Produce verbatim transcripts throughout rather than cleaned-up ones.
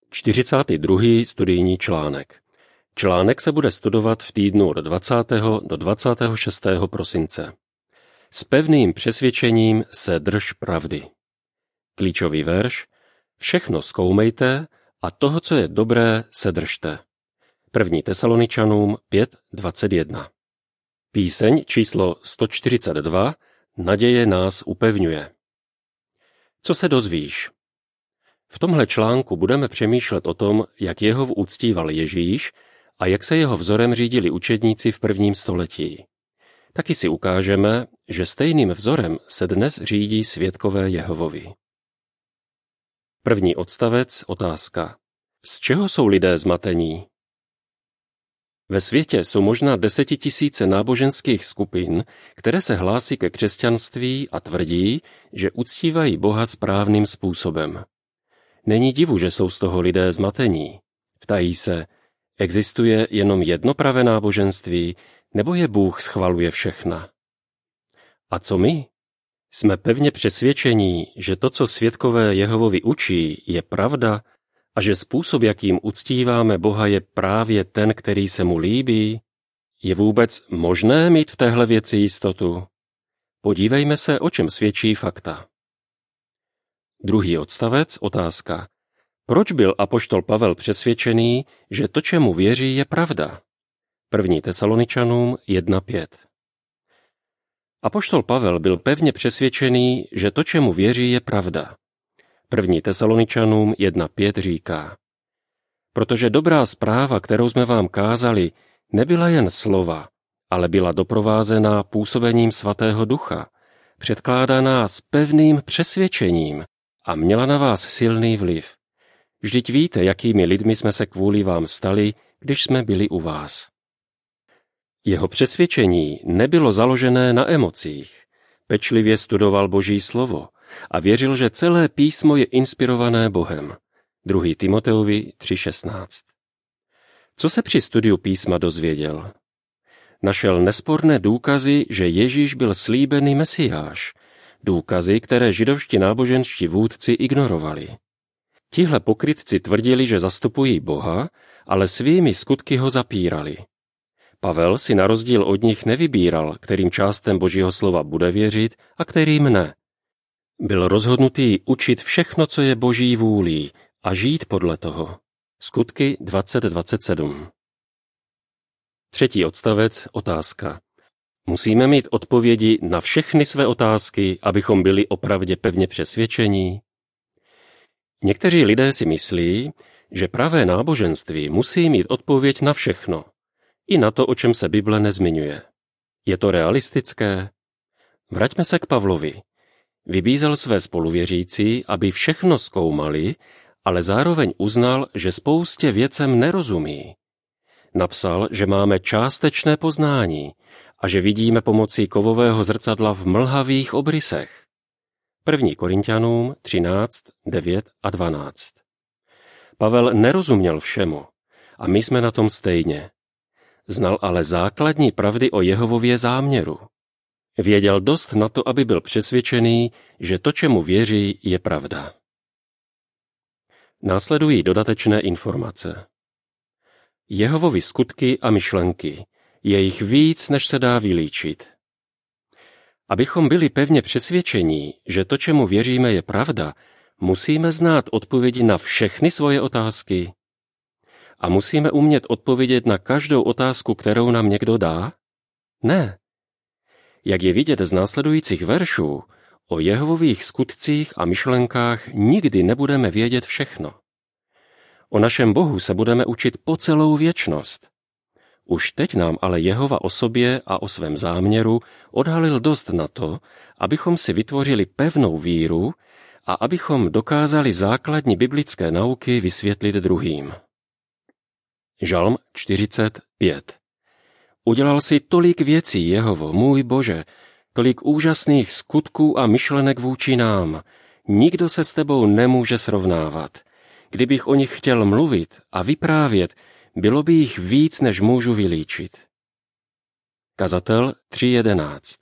čtyřicátý druhý studijní článek. Článek se bude studovat v týdnu od dvacátého do dvacátého šestého prosince. S pevným přesvědčením se drž pravdy. Klíčový verš: všechno zkoumejte a toho, co je dobré, se držte. První Tesaloničanům pět dvacet jedna. Píseň číslo sto čtyřicet dva. Naděje nás upevňuje. Co se dozvíš? V tomhle článku budeme přemýšlet o tom, jak Jehov uctíval Ježíš a jak se jeho vzorem řídili učedníci v prvním století. Taky si ukážeme, že stejným vzorem se dnes řídí svědkové Jehovovi. První odstavec, otázka. Z čeho jsou lidé zmatení? Ve světě jsou možná desetitisíce náboženských skupin, které se hlásí ke křesťanství a tvrdí, že uctívají Boha správným způsobem. Není divu, že jsou z toho lidé zmatení. Ptají se, existuje jenom jedno pravé náboženství, nebo je Bůh schvaluje všechna? A co my? Jsme pevně přesvědčení, že to, co svědkové Jehovovi učí, je pravda a že způsob, jakým uctíváme Boha, je právě ten, který se mu líbí? Je vůbec možné mít v téhle věci jistotu? Podívejme se, o čem svědčí fakta. Druhý odstavec, otázka. Proč byl apoštol Pavel přesvědčený, že to, čemu věří, je pravda? První Tesaloničanům jedna pět. Apoštol Pavel byl pevně přesvědčený, že to, čemu věří, je pravda. První Tesaloničanům jedna pět říká: protože dobrá zpráva, kterou jsme vám kázali, nebyla jen slova, ale byla doprovázená působením Svatého Ducha, předkládaná s pevným přesvědčením a měla na vás silný vliv. Vždyť víte, jakými lidmi jsme se kvůli vám stali, když jsme byli u vás. Jeho přesvědčení nebylo založené na emocích. Pečlivě studoval Boží slovo a věřil, že celé písmo je inspirované Bohem. druhý Timoteovi tři šestnáct. Co se při studiu písma dozvěděl? Našel nesporné důkazy, že Ježíš byl slíbený Mesiáš, důkazy, které židovští náboženští vůdci ignorovali. Tihle pokrytci tvrdili, že zastupují Boha, ale svými skutky ho zapírali. Pavel si na rozdíl od nich nevybíral, kterým částem Božího slova bude věřit a kterým ne. Byl rozhodnutý učit všechno, co je Boží vůlí, a žít podle toho. Skutky dvacet dvacet sedm. Třetí odstavec, otázka. Musíme mít odpovědi na všechny své otázky, abychom byli opravdu pevně přesvědčení? Někteří lidé si myslí, že pravé náboženství musí mít odpověď na všechno, i na to, o čem se Bible nezmiňuje. Je to realistické? Vraťme se k Pavlovi. Vybízel své spoluvěřící, aby všechno zkoumali, ale zároveň uznal, že spoustě věcem nerozumí. Napsal, že máme částečné poznání a že vidíme pomocí kovového zrcadla v mlhavých obrysech. první Korinťanům třináct devět a dvanáct. Pavel nerozuměl všemu a my jsme na tom stejně. Znal ale základní pravdy o Jehovově záměru. Věděl dost na to, aby byl přesvědčený, že to, čemu věří, je pravda. Následují dodatečné informace. Jehovovi skutky a myšlenky, je jich víc, než se dá vylíčit. Abychom byli pevně přesvědčení, že to, čemu věříme, je pravda, musíme znát odpovědi na všechny svoje otázky. A musíme umět odpovědět na každou otázku, kterou nám někdo dá? Ne. Jak je vidět z následujících veršů, o Jehovových skutcích a myšlenkách nikdy nebudeme vědět všechno. O našem Bohu se budeme učit po celou věčnost. Už teď nám ale Jehova o sobě a o svém záměru odhalil dost na to, abychom si vytvořili pevnou víru a abychom dokázali základní biblické nauky vysvětlit druhým. Žalm čtyřicet pět. Udělal si tolik věcí, Jehovo, můj Bože, tolik úžasných skutků a myšlenek vůči nám. Nikdo se s tebou nemůže srovnávat. Kdybych o nich chtěl mluvit a vyprávět, bylo by jich víc, než můžu vylíčit. Kazatel tři jedenáct.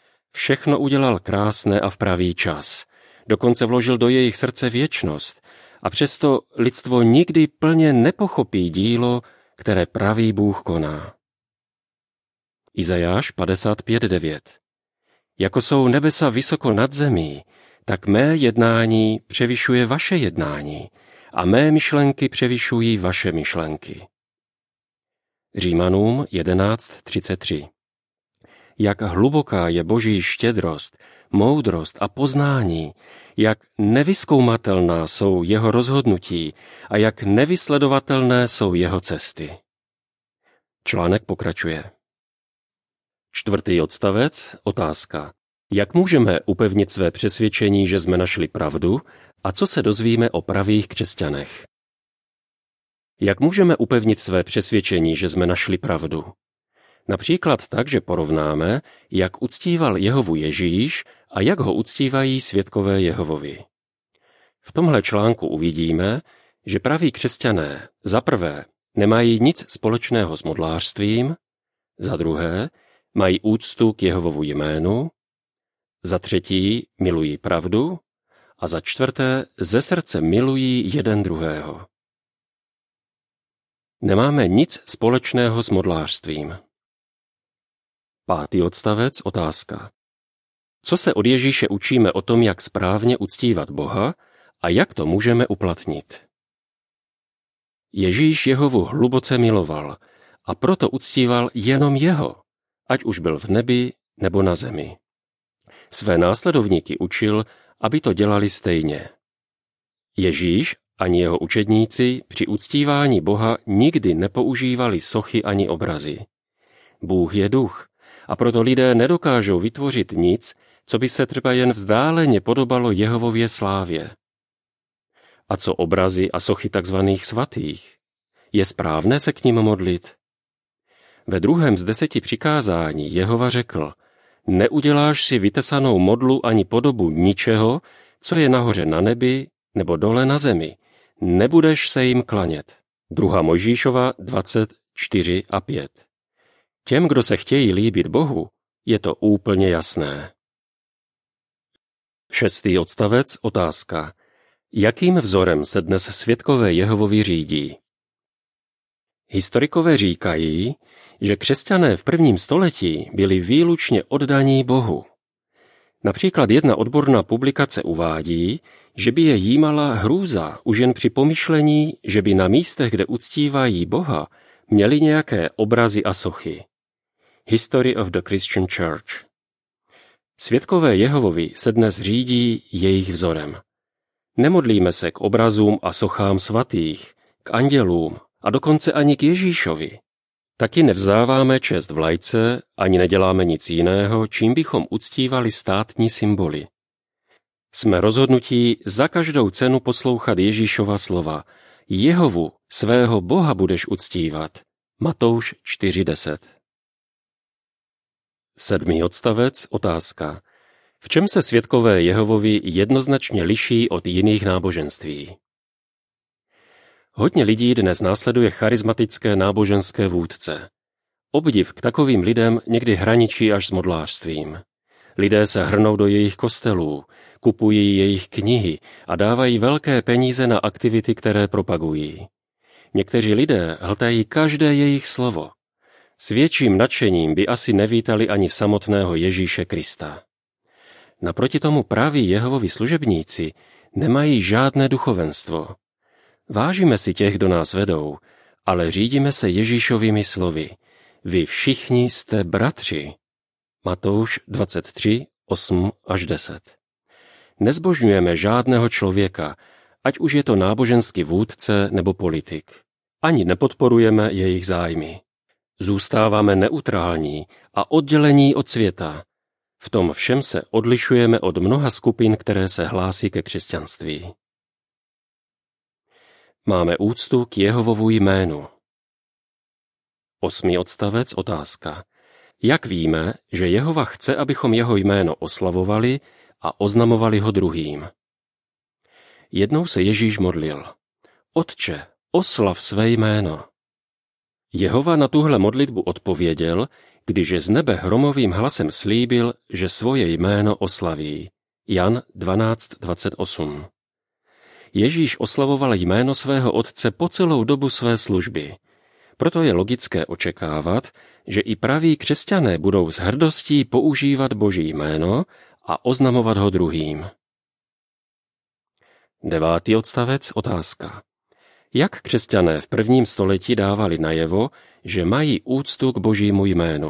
Všechno udělal krásné a v pravý čas. Dokonce vložil do jejich srdce věčnost A přesto lidstvo nikdy plně nepochopí dílo, které pravý Bůh koná. Izajáš padesát pět devět. Jako jsou nebesa vysoko nad zemí, tak mé jednání převyšuje vaše jednání a mé myšlenky převyšují vaše myšlenky. Římanům jedenáct třicet tři. Jak hluboká je Boží štědrost, moudrost a poznání, jak nevyzkoumatelná jsou jeho rozhodnutí a jak nevysledovatelné jsou jeho cesty. Článek pokračuje. Čtvrtý odstavec, otázka. Jak můžeme upevnit své přesvědčení, že jsme našli pravdu, a co se dozvíme o pravých křesťanech? Jak můžeme upevnit své přesvědčení, že jsme našli pravdu? Například tak, že porovnáme, jak uctíval Jehovu Ježíš a jak ho uctívají svědkové Jehovovi. V tomhle článku uvidíme, že praví křesťané za prvé nemají nic společného s modlářstvím, za druhé mají úctu k Jehovovu jménu, za třetí milují pravdu a za čtvrté ze srdce milují jeden druhého. Nemáme nic společného s modlářstvím. Pátý odstavec, otázka. Co se od Ježíše učíme o tom, jak správně uctívat Boha a jak to můžeme uplatnit? Ježíš Jehovu hluboce miloval a proto uctíval jenom jeho, ať už byl v nebi nebo na zemi. Své následovníky učil, aby to dělali stejně. Ježíš ani jeho učedníci při uctívání Boha nikdy nepoužívali sochy ani obrazy. Bůh je duch, a proto lidé nedokážou vytvořit nic, co by se třeba jen vzdáleně podobalo Jehovově slávě. A co obrazy a sochy takzvaných svatých? Je správné se k nim modlit? Ve druhém z deseti přikázání Jehova řekl, neuděláš si vytesanou modlu ani podobu ničeho, co je nahoře na nebi nebo dole na zemi. Nebudeš se jim klanět. Druhá Mojžíšova dvacet čtyři a pět. Těm, kdo se chtějí líbit Bohu, je to úplně jasné. Šestý odstavec, otázka. Jakým vzorem se dnes svědkové Jehovovi řídí? Historikové říkají, že křesťané v prvním století byli výlučně oddaní Bohu. Například jedna odborná publikace uvádí, že by je jímala hrůza už jen při pomyšlení, že by na místech, kde uctívají Boha, měli nějaké obrazy a sochy. History of the Christian Church. Svědkové Jehovovi se dnes řídí jejich vzorem. Nemodlíme se k obrazům a sochám svatých, k andělům a dokonce ani k Ježíšovi. Taky nevzdáváme čest vlajce, ani neděláme nic jiného, čím bychom uctívali státní symboly. Jsme rozhodnutí za každou cenu poslouchat Ježíšova slova. Jehovu, svého Boha budeš uctívat. Matouš čtyři deset. Sedmý odstavec, otázka. V čem se svědkové Jehovovi jednoznačně liší od jiných náboženství? Hodně lidí dnes následuje charismatické náboženské vůdce. Obdiv k takovým lidem někdy hraničí až s modlářstvím. Lidé se hrnou do jejich kostelů, kupují jejich knihy a dávají velké peníze na aktivity, které propagují. Někteří lidé hltají každé jejich slovo. S větším nadšením by asi nevítali ani samotného Ježíše Krista. Naproti tomu praví Jehovovi služebníci nemají žádné duchovenstvo. Vážíme si těch, kdo nás vedou, ale řídíme se Ježíšovými slovy. Vy všichni jste bratři. Matouš dvacet tři, osm až deset. Nezbožňujeme žádného člověka, ať už je to náboženský vůdce nebo politik. Ani nepodporujeme jejich zájmy. Zůstáváme neutrální a oddělení od světa. V tom všem se odlišujeme od mnoha skupin, které se hlásí ke křesťanství. Máme úctu k Jehovovu jménu. Osmý odstavec, otázka. Jak víme, že Jehova chce, abychom jeho jméno oslavovali a oznamovali ho druhým? Jednou se Ježíš modlil. Otče, oslav své jméno. Jehova na tuhle modlitbu odpověděl, když z nebe hromovým hlasem slíbil, že svoje jméno oslaví. Jan dvanáct dvacet osm. Ježíš oslavoval jméno svého Otce po celou dobu své služby. Proto je logické očekávat, že i praví křesťané budou s hrdostí používat Boží jméno a oznamovat ho druhým. Devátý odstavec, otázka. Jak křesťané v prvním století dávali najevo, že mají úctu k Božímu jménu?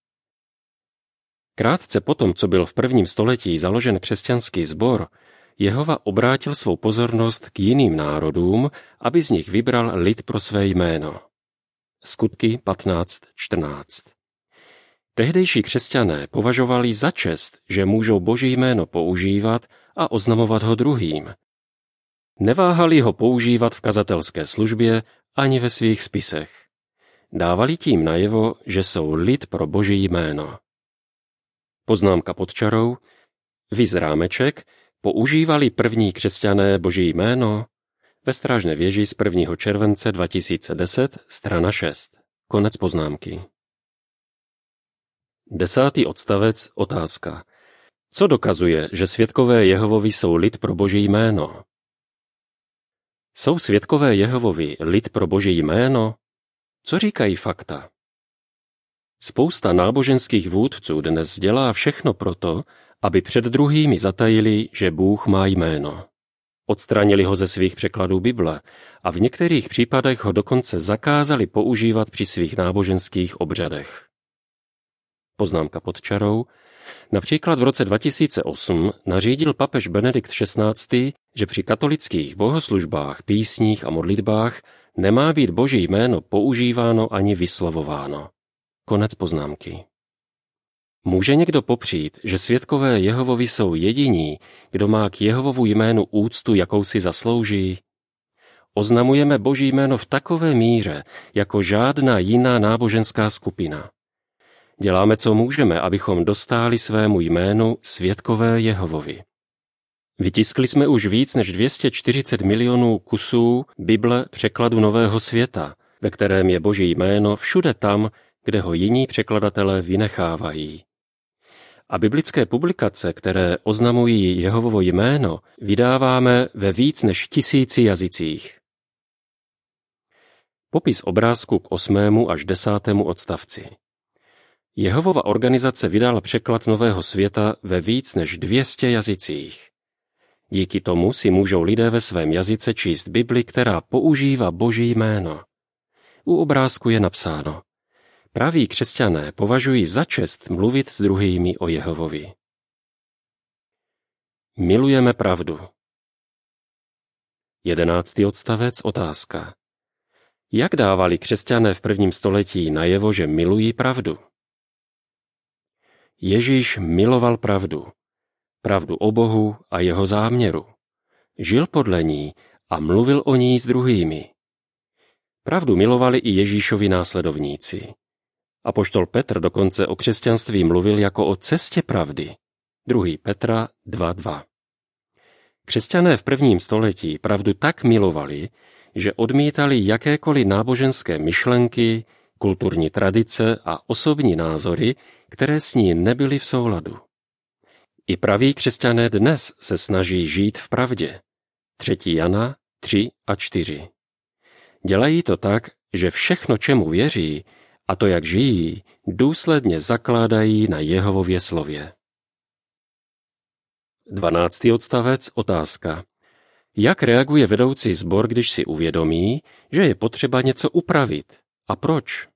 Krátce potom, co byl v prvním století založen křesťanský sbor, Jehova obrátil svou pozornost k jiným národům, aby z nich vybral lid pro své jméno. Skutky patnáct čtrnáct. Tehdejší křesťané považovali za čest, že můžou Boží jméno používat a oznamovat ho druhým. Neváhali ho používat v kazatelské službě ani ve svých spisech. Dávali tím najevo, že jsou lid pro Boží jméno. Poznámka pod čarou. Viz rámeček. Používali první křesťané Boží jméno? Ve Strážné věži z prvního července dva tisíce deset, strana šest. Konec poznámky. Desátý odstavec, otázka. Co dokazuje, že svědkové Jehovovi jsou lid pro Boží jméno? Jsou svědkové Jehovovi lid pro Boží jméno? Co říkají fakta? Spousta náboženských vůdců dnes dělá všechno proto, aby před druhými zatajili, že Bůh má jméno. Odstranili ho ze svých překladů Bible a v některých případech ho dokonce zakázali používat při svých náboženských obřadech. Poznámka pod čarou. Například v roce dva tisíce osm nařídil papež Benedikt šestnáctý, že při katolických bohoslužbách, písních a modlitbách nemá být Boží jméno používáno ani vyslovováno. Konec poznámky. Může někdo popřít, že svědkové Jehovovi jsou jediní, kdo má k Jehovovu jménu úctu, jakou si zaslouží? Oznamujeme Boží jméno v takové míře, jako žádná jiná náboženská skupina. Děláme, co můžeme, abychom dostáli svému jménu svědkové Jehovovi. Vytiskli jsme už víc než dvě stě čtyřicet milionů kusů Bible překladu Nového světa, ve kterém je Boží jméno všude tam, kde ho jiní překladatelé vynechávají. A biblické publikace, které oznamují Jehovovo jméno, vydáváme ve víc než tisíci jazycích. Popis obrázku k osmému až desátému odstavci. Jehovova organizace vydala překlad Nového světa ve víc než dvě stě jazycích. Díky tomu si můžou lidé ve svém jazyce číst Bibli, která používá Boží jméno. U obrázku je napsáno: Praví křesťané považují za čest mluvit s druhými o Jehovovi. Milujeme pravdu. Jedenáctý odstavec, otázka. Jak dávali křesťané v prvním století najevo, že milují pravdu? Ježíš miloval pravdu. Pravdu o Bohu a jeho záměru. Žil podle ní a mluvil o ní s druhými. Pravdu milovali i Ježíšovi následovníci. Apoštol Petr dokonce o křesťanství mluvil jako o cestě pravdy. druhý Petra dva dva. Křesťané v prvním století pravdu tak milovali, že odmítali jakékoliv náboženské myšlenky, kulturní tradice a osobní názory, které s ní nebyly v souladu. I praví křesťané dnes se snaží žít v pravdě. třetí Jana tři a čtyři. Dělají to tak, že všechno, čemu věří, a to, jak žijí, důsledně zakládají na Jehovově slově. Dvanáctý odstavec, otázka. Jak reaguje vedoucí sbor, když si uvědomí, že je potřeba něco upravit? A proč?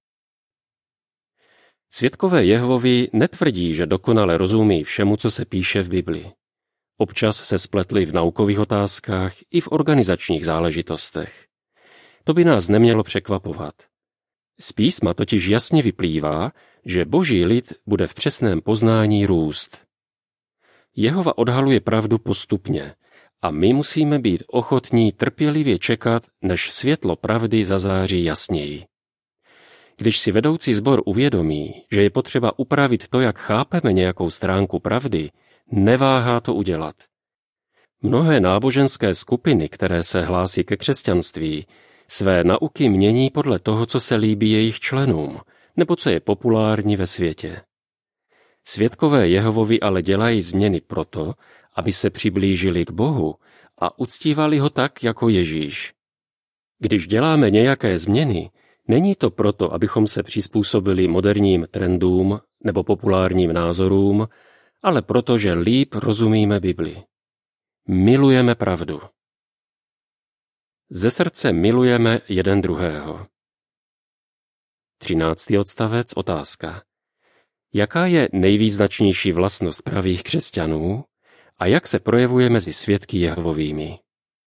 Svědkové Jehovovi netvrdí, že dokonale rozumí všemu, co se píše v Bibli. Občas se spletli v naukových otázkách i v organizačních záležitostech. To by nás nemělo překvapovat. Z písma totiž jasně vyplývá, že Boží lid bude v přesném poznání růst. Jehova odhaluje pravdu postupně a my musíme být ochotní trpělivě čekat, než světlo pravdy zazáří jasněji. Když si vedoucí sbor uvědomí, že je potřeba upravit to, jak chápeme nějakou stránku pravdy, neváhá to udělat. Mnohé náboženské skupiny, které se hlásí ke křesťanství, své nauky mění podle toho, co se líbí jejich členům, nebo co je populární ve světě. Svědkové Jehovovi ale dělají změny proto, aby se přiblížili k Bohu a uctívali ho tak jako Ježíš. Když děláme nějaké změny, není to proto, abychom se přizpůsobili moderním trendům nebo populárním názorům, ale proto, že líp rozumíme Bibli. Milujeme pravdu. Ze srdce milujeme jeden druhého. Třináctý odstavec, otázka. Jaká je nejvýznačnější vlastnost pravých křesťanů a jak se projevuje mezi svědky Jehovovými?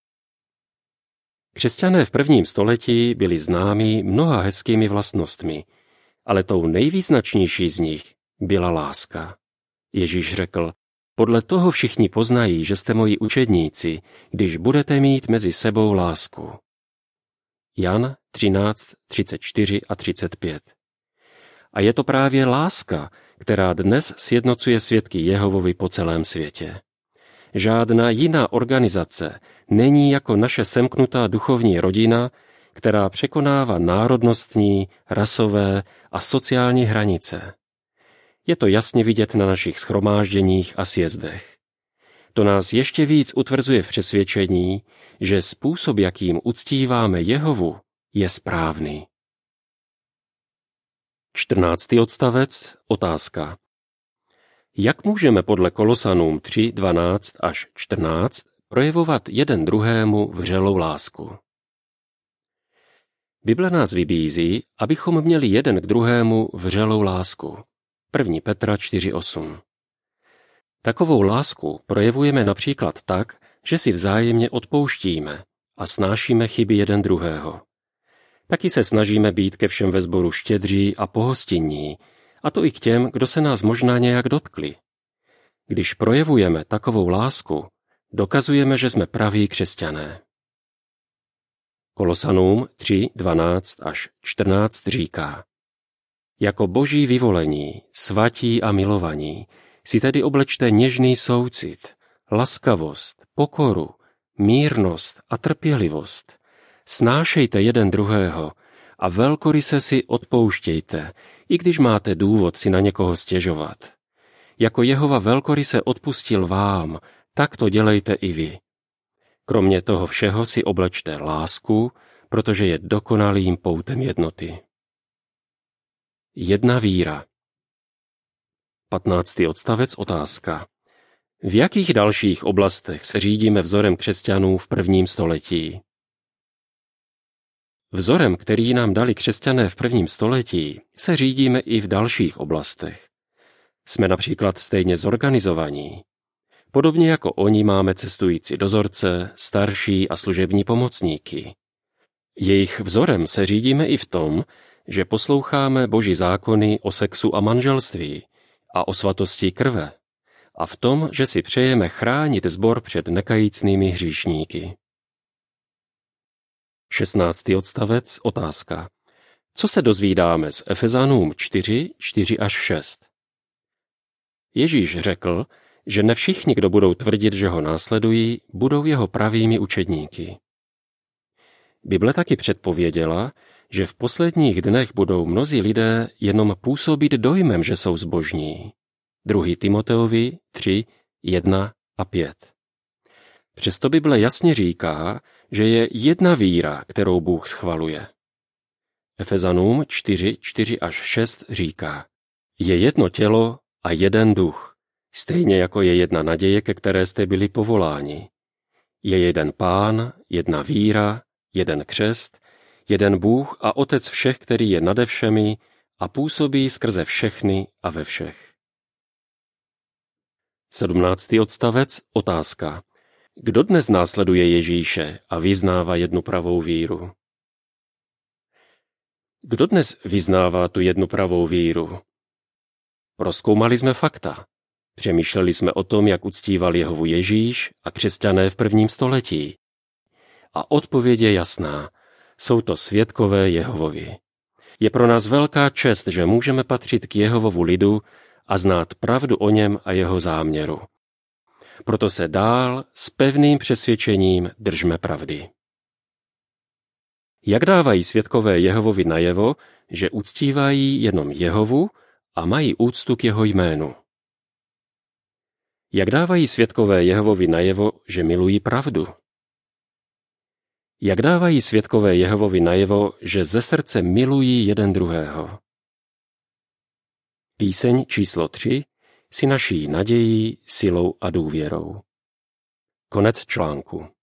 Křesťané v prvním století byli známí mnoha hezkými vlastnostmi, ale tou nejvýznačnější z nich byla láska. Ježíš řekl, podle toho všichni poznají, že jste moji učedníci, když budete mít mezi sebou lásku. Jan třináct, třicet čtyři a třicet pět. A je to právě láska, která dnes sjednocuje svědky Jehovovi po celém světě. Žádná jiná organizace není jako naše semknutá duchovní rodina, která překonává národnostní, rasové a sociální hranice. Je to jasně vidět na našich shromážděních a sjezdech. To nás ještě víc utvrzuje v přesvědčení, že způsob, jakým uctíváme Jehovu, je správný. čtrnáctý odstavec, otázka. Jak můžeme podle Kolosanům tři, dvanáct až čtrnáct projevovat jeden druhému vřelou lásku? Bible nás vybízí, abychom měli jeden k druhému vřelou lásku. první Petra čtyři osm. Takovou lásku projevujeme například tak, že si vzájemně odpouštíme a snášíme chyby jeden druhého. Taky se snažíme být ke všem ve sboru štědří a pohostinní, a to i k těm, kdo se nás možná nějak dotkli. Když projevujeme takovou lásku, dokazujeme, že jsme praví křesťané. Kolosanům tři, dvanáct až čtrnáct říká: Jako boží vyvolení, svatí a milovaní, si tedy oblečte něžný soucit, laskavost, pokoru, mírnost a trpělivost. Snášejte jeden druhého a velkoryse si odpouštějte, i když máte důvod si na někoho stěžovat. Jako Jehova velkoryse odpustil vám, tak to dělejte i vy. Kromě toho všeho si oblečte lásku, protože je dokonalým poutem jednoty. Jedna víra. patnáctý odstavec, otázka. V jakých dalších oblastech se řídíme vzorem křesťanů v prvním století? Vzorem, který nám dali křesťané v prvním století, se řídíme i v dalších oblastech. Jsme například stejně zorganizovaní. Podobně jako oni máme cestující dozorce, starší a služební pomocníky. Jejich vzorem se řídíme i v tom, že posloucháme Boží zákony o sexu a manželství a o svatosti krve a v tom, že si přejeme chránit sbor před nekajícnými hříšníky. šestnáctý odstavec, otázka. Co se dozvídáme z Efezanům čtyři, čtyři až šest? Ježíš řekl, že ne všichni, kdo budou tvrdit, že ho následují, budou jeho pravými učedníky. Bible taky předpověděla, že v posledních dnech budou mnozí lidé jenom působit dojmem, že jsou zbožní. druhý Timoteovi tři, jedna a pět. Přesto Bible jasně říká, že je jedna víra, kterou Bůh schvaluje. Efezanům čtyři, čtyři až šest říká: Je jedno tělo a jeden duch, stejně jako je jedna naděje, ke které jste byli povoláni. Je jeden Pán, jedna víra, jeden křest, jeden Bůh a Otec všech, který je nade všemi a působí skrze všechny a ve všech. sedmnáctý odstavec, otázka. Kdo dnes následuje Ježíše a vyznává jednu pravou víru? Kdo dnes vyznává tu jednu pravou víru? Prozkoumali jsme fakta. Přemýšleli jsme o tom, jak uctíval Jehovu Ježíš a křesťané v prvním století. A odpověď je jasná. Jsou to svědkové Jehovovi. Je pro nás velká čest, že můžeme patřit k Jehovovu lidu a znát pravdu o něm a jeho záměru. Proto se dál s pevným přesvědčením držme pravdy. Jak dávají svědkové Jehovovi najevo, že uctívají jenom Jehovu a mají úctu k jeho jménu? Jak dávají svědkové Jehovovi najevo, že milují pravdu? Jak dávají svědkové Jehovovi najevo, že ze srdce milují jeden druhého. Píseň číslo tři si naší nadějí, silou a důvěrou. Konec článku.